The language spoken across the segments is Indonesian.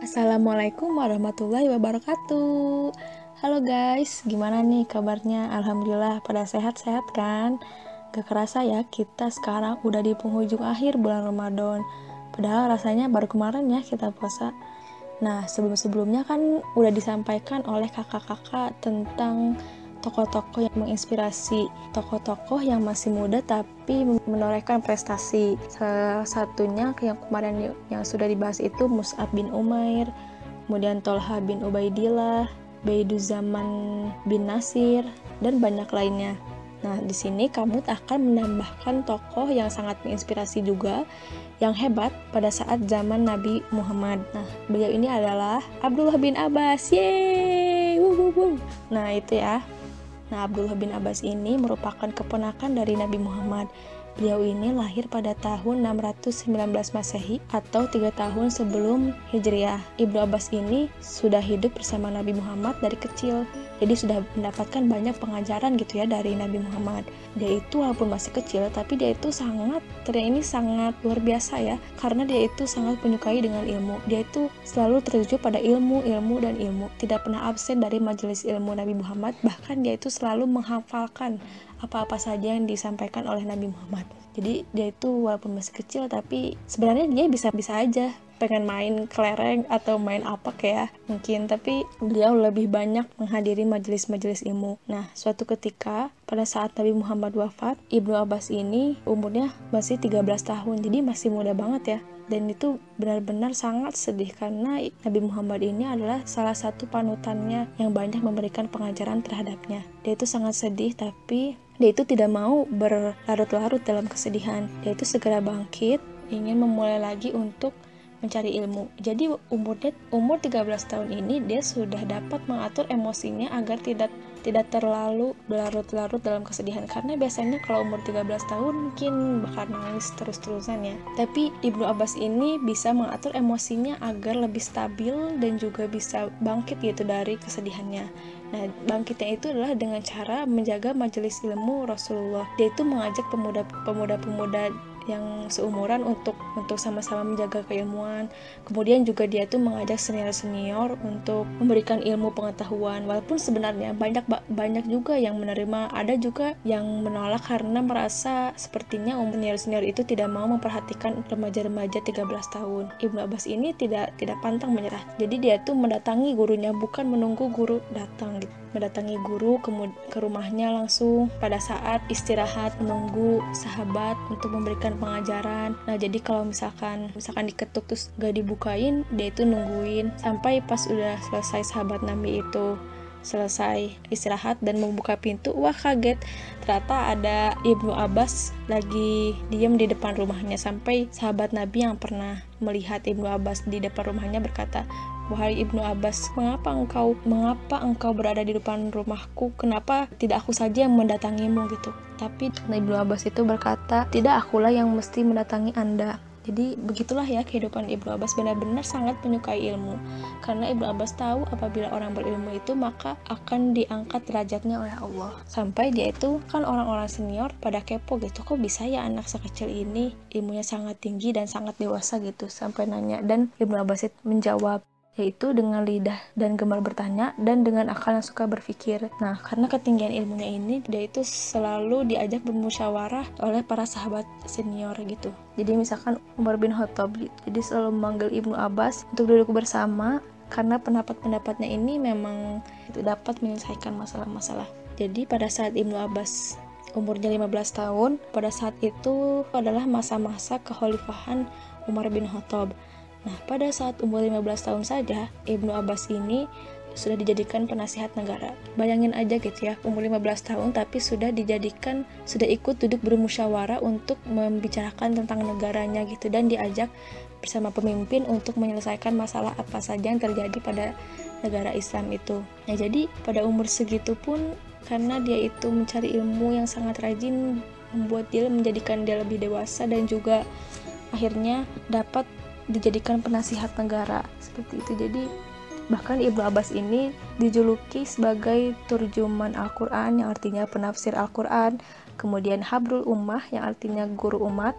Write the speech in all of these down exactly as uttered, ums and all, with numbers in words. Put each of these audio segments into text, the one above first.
Assalamualaikum warahmatullahi wabarakatuh. Halo guys, gimana nih kabarnya? Alhamdulillah pada sehat-sehat kan? Gak kerasa ya, kita sekarang udah di penghujung akhir bulan Ramadan. Padahal rasanya baru kemarin ya kita puasa. Nah, sebelum-sebelumnya kan udah disampaikan oleh kakak-kakak tentang tokoh-tokoh yang menginspirasi, tokoh-tokoh yang masih muda tapi menorehkan prestasi. Salah satunya yang kemarin yang sudah dibahas itu Mus'ab bin Umair, kemudian Tolha bin Ubaidillah, Baiduzaman bin Nasir, dan banyak lainnya. Nah, di sini kamu akan menambahkan tokoh yang sangat menginspirasi juga, yang hebat pada saat zaman Nabi Muhammad. Nah, beliau ini adalah Abdullah bin Abbas. Yeay! Wuh, wuh, wuh. Nah, itu ya. Nah, Abdullah bin Abbas ini merupakan keponakan dari Nabi Muhammad. Beliau ini lahir pada tahun enam ratus sembilan belas Masehi atau tiga tahun sebelum Hijriah. Ibnu Abbas ini sudah hidup bersama Nabi Muhammad dari kecil. Jadi sudah mendapatkan banyak pengajaran gitu ya dari Nabi Muhammad. Dia itu walaupun masih kecil, tapi dia itu sangat, ternyata ini sangat luar biasa ya. Karena dia itu sangat menyukai dengan ilmu. Dia itu selalu tertuju pada ilmu, ilmu, dan ilmu. Tidak pernah absen dari majelis ilmu Nabi Muhammad. Bahkan dia itu selalu menghafalkan apa-apa saja yang disampaikan oleh Nabi Muhammad. Jadi dia itu walaupun masih kecil, tapi sebenarnya dia bisa-bisa aja pengen main kelereng atau main apa kayak mungkin, tapi beliau lebih banyak menghadiri majelis-majelis ilmu. Nah, suatu ketika pada saat Nabi Muhammad wafat, Ibnu Abbas ini umurnya masih tiga belas tahun, jadi masih muda banget ya. Dan itu benar-benar sangat sedih karena Nabi Muhammad ini adalah salah satu panutannya yang banyak memberikan pengajaran terhadapnya. Dia itu sangat sedih, tapi dia itu tidak mau berlarut-larut dalam kesedihan. Dia itu segera bangkit, ingin memulai lagi untuk mencari ilmu. Jadi umurnya umur tiga belas tahun ini dia sudah dapat mengatur emosinya agar tidak tidak terlalu berlarut-larut dalam kesedihan, karena biasanya kalau umur tiga belas tahun mungkin bakal nangis terus-terusan ya. Tapi Ibnu Abbas ini bisa mengatur emosinya agar lebih stabil dan juga bisa bangkit gitu dari kesedihannya. Nah, bangkitnya itu adalah dengan cara menjaga majelis ilmu Rasulullah. Dia itu mengajak pemuda-pemuda yang seumuran untuk untuk sama-sama menjaga keilmuan. Kemudian juga dia tuh mengajak senior-senior untuk memberikan ilmu pengetahuan. Walaupun sebenarnya banyak banyak juga yang menerima, ada juga yang menolak karena merasa sepertinya umur senior-senior itu tidak mau memperhatikan remaja-remaja tiga belas tahun. Ibnu Abbas ini tidak tidak pantang menyerah. Jadi dia tuh mendatangi gurunya, bukan menunggu guru datang gitu. Mendatangi guru ke, ke rumahnya langsung pada saat istirahat, menunggu sahabat untuk memberikan pengajaran. Nah, jadi kalau misalkan misalkan diketuk terus gak dibukain, dia itu nungguin sampai pas udah selesai sahabat Nabi itu selesai istirahat dan membuka pintu. Wah, kaget, ternyata ada Ibnu Abbas lagi diam di depan rumahnya. Sampai sahabat Nabi yang pernah melihat Ibnu Abbas di depan rumahnya berkata, "Wahai Ibnu Abbas, mengapa engkau mengapa engkau berada di depan rumahku? Kenapa tidak aku saja yang mendatangimu?" gitu. Tapi Ibnu Abbas itu berkata, "Tidak akulah yang mesti mendatangi Anda." Jadi begitulah ya kehidupan Ibnu Abbas, benar-benar sangat menyukai ilmu. Karena Ibnu Abbas tahu apabila orang berilmu itu maka akan diangkat derajatnya oleh Allah. Sampai dia itu kan orang-orang senior pada kepo gitu, kok bisa ya anak sekecil ini ilmunya sangat tinggi dan sangat dewasa gitu, sampai nanya. Dan Ibnu Abbas itu menjawab, yaitu dengan lidah dan gemar bertanya dan dengan akal yang suka berpikir. Nah, karena ketinggian ilmunya ini, dia itu selalu diajak bermusyawarah oleh para sahabat senior gitu. Jadi misalkan Umar bin Khattab, jadi selalu memanggil Ibnu Abbas untuk duduk bersama karena pendapat-pendapatnya ini memang itu dapat menyelesaikan masalah-masalah. Jadi pada saat Ibnu Abbas umurnya lima belas tahun, pada saat itu adalah masa-masa kekhalifahan Umar bin Khattab. Nah, pada saat umur lima belas tahun saja, Ibnu Abbas ini sudah dijadikan penasihat negara. Bayangin aja gitu ya, umur lima belas tahun tapi sudah dijadikan, sudah ikut duduk bermusyawarah untuk membicarakan tentang negaranya gitu, dan diajak bersama pemimpin untuk menyelesaikan masalah apa saja yang terjadi pada negara Islam itu. Nah, jadi pada umur segitu pun karena dia itu mencari ilmu yang sangat rajin, membuat dia menjadikan dia lebih dewasa dan juga akhirnya dapat dijadikan penasihat negara seperti itu. Jadi bahkan Ibnu Abbas ini dijuluki sebagai turjuman Al-Quran yang artinya penafsir Al-Quran, kemudian Habrul Ummah yang artinya guru umat,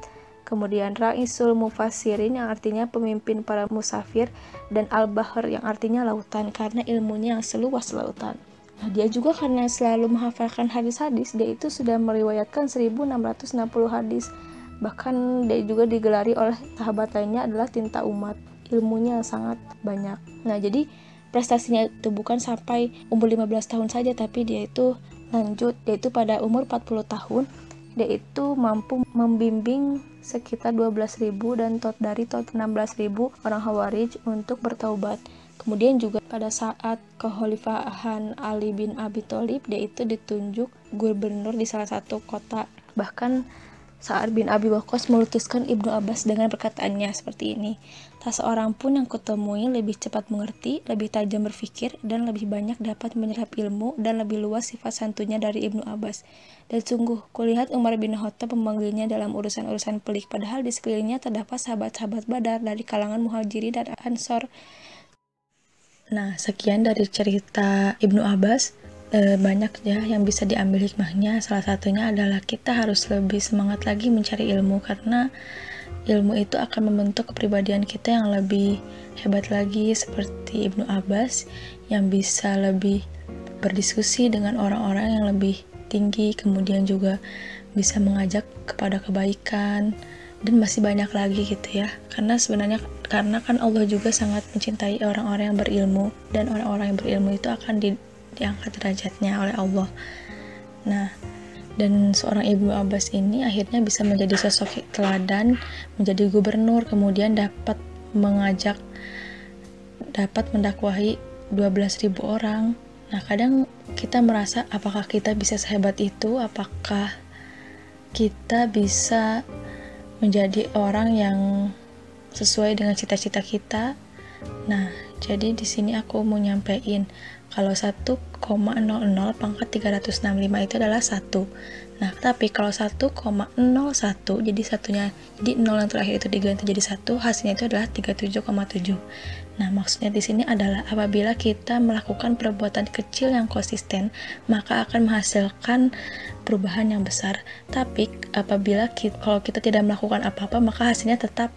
kemudian Ra'isul Mufassirin yang artinya pemimpin para musafir, dan Al-Bahr yang artinya lautan karena ilmunya yang seluas lautan. Nah, dia juga karena selalu menghafalkan hadis-hadis, dia itu sudah meriwayatkan seribu enam ratus enam puluh hadis. Bahkan dia juga digelari oleh sahabat lainnya adalah tinta umat, ilmunya sangat banyak. Nah, jadi prestasinya itu bukan sampai umur lima belas tahun saja, tapi dia itu lanjut, yaitu pada umur empat puluh tahun dia itu mampu membimbing sekitar dua belas ribu dan tot dari tot enam belas ribu orang Khawarij untuk bertaubat. Kemudian juga pada saat kekhalifahan Ali bin Abi Thalib, dia itu ditunjuk gubernur di salah satu kota. Bahkan Sa'ad bin Abi Waqqas melutuskan Ibnu Abbas dengan perkataannya seperti ini, tak seorang pun yang kutemui lebih cepat mengerti, lebih tajam berpikir, dan lebih banyak dapat menyerap ilmu dan lebih luas sifat santunnya dari Ibnu Abbas. Dan sungguh, kulihat Umar bin Khattab memanggilnya dalam urusan-urusan pelik, padahal di sekelilingnya terdapat sahabat-sahabat Badar dari kalangan Muhajirin dan Ansor. Nah, sekian dari cerita Ibnu Abbas. E, banyak ya yang bisa diambil hikmahnya. Salah satunya adalah kita harus lebih semangat lagi mencari ilmu, karena ilmu itu akan membentuk kepribadian kita yang lebih hebat lagi, seperti Ibnu Abbas yang bisa lebih berdiskusi dengan orang-orang yang lebih tinggi, kemudian juga bisa mengajak kepada kebaikan, dan masih banyak lagi gitu ya. Karena sebenarnya karena kan Allah juga sangat mencintai orang-orang yang berilmu, dan orang-orang yang berilmu itu akan di diangkat derajatnya oleh Allah. Nah, dan seorang Ibnu Abbas ini akhirnya bisa menjadi sosok teladan, menjadi gubernur, kemudian dapat mengajak, dapat mendakwahi dua belas ribu orang. Nah, kadang kita merasa apakah kita bisa sehebat itu? Apakah kita bisa menjadi orang yang sesuai dengan cita-cita kita? Nah, jadi di sini aku mau nyampein kalau satu koma nol nol pangkat tiga ratus enam puluh lima itu adalah satu. Nah, tapi kalau satu koma nol satu, jadi satunya, jadi nol yang terakhir itu diganti jadi satu, hasilnya itu adalah tiga puluh tujuh koma tujuh. Nah, maksudnya di sini adalah apabila kita melakukan perbuatan kecil yang konsisten, maka akan menghasilkan perubahan yang besar. Tapi apabila kita, kalau kita tidak melakukan apa-apa, maka hasilnya tetap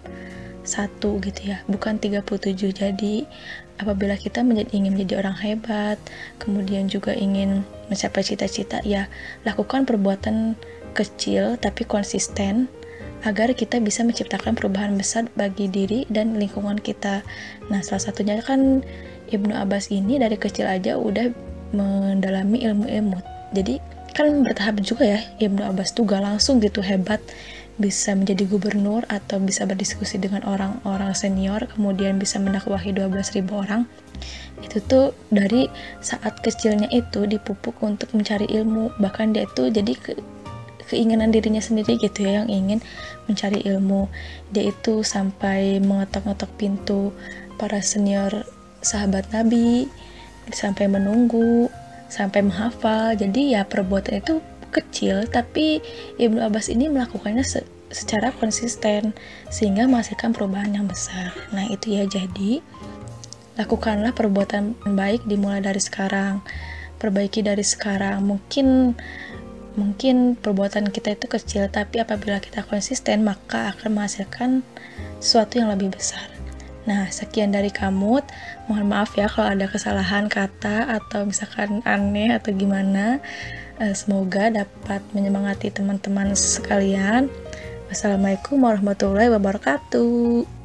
satu gitu ya, bukan tiga puluh tujuh. Jadi apabila kita menjadi, ingin menjadi orang hebat, kemudian juga ingin mencapai cita-cita, ya lakukan perbuatan kecil tapi konsisten agar kita bisa menciptakan perubahan besar bagi diri dan lingkungan kita. Nah, salah satunya kan Ibnu Abbas ini dari kecil aja udah mendalami ilmu-ilmu. Jadi kan bertahap juga ya, Ibnu Abbas tuh gak langsung gitu hebat bisa menjadi gubernur atau bisa berdiskusi dengan orang-orang senior, kemudian bisa mendakwahi dua belas ribu orang. Itu tuh dari saat kecilnya itu dipupuk untuk mencari ilmu. Bahkan dia itu jadi ke, keinginan dirinya sendiri gitu ya, yang ingin mencari ilmu. Dia itu sampai mengetok-ngetok pintu para senior sahabat Nabi, sampai menunggu, sampai menghafal. Jadi ya perbuatan itu kecil, tapi Ibnu Abbas ini melakukannya se- secara konsisten sehingga menghasilkan perubahan yang besar. Nah, itu ya, jadi lakukanlah perbuatan baik dimulai dari sekarang, perbaiki dari sekarang. Mungkin mungkin perbuatan kita itu kecil, tapi apabila kita konsisten maka akan menghasilkan sesuatu yang lebih besar. Nah, sekian dari Kamut. Mohon maaf ya kalau ada kesalahan kata atau misalkan aneh atau gimana. Semoga dapat menyemangati teman-teman sekalian. Wassalamualaikum warahmatullahi wabarakatuh.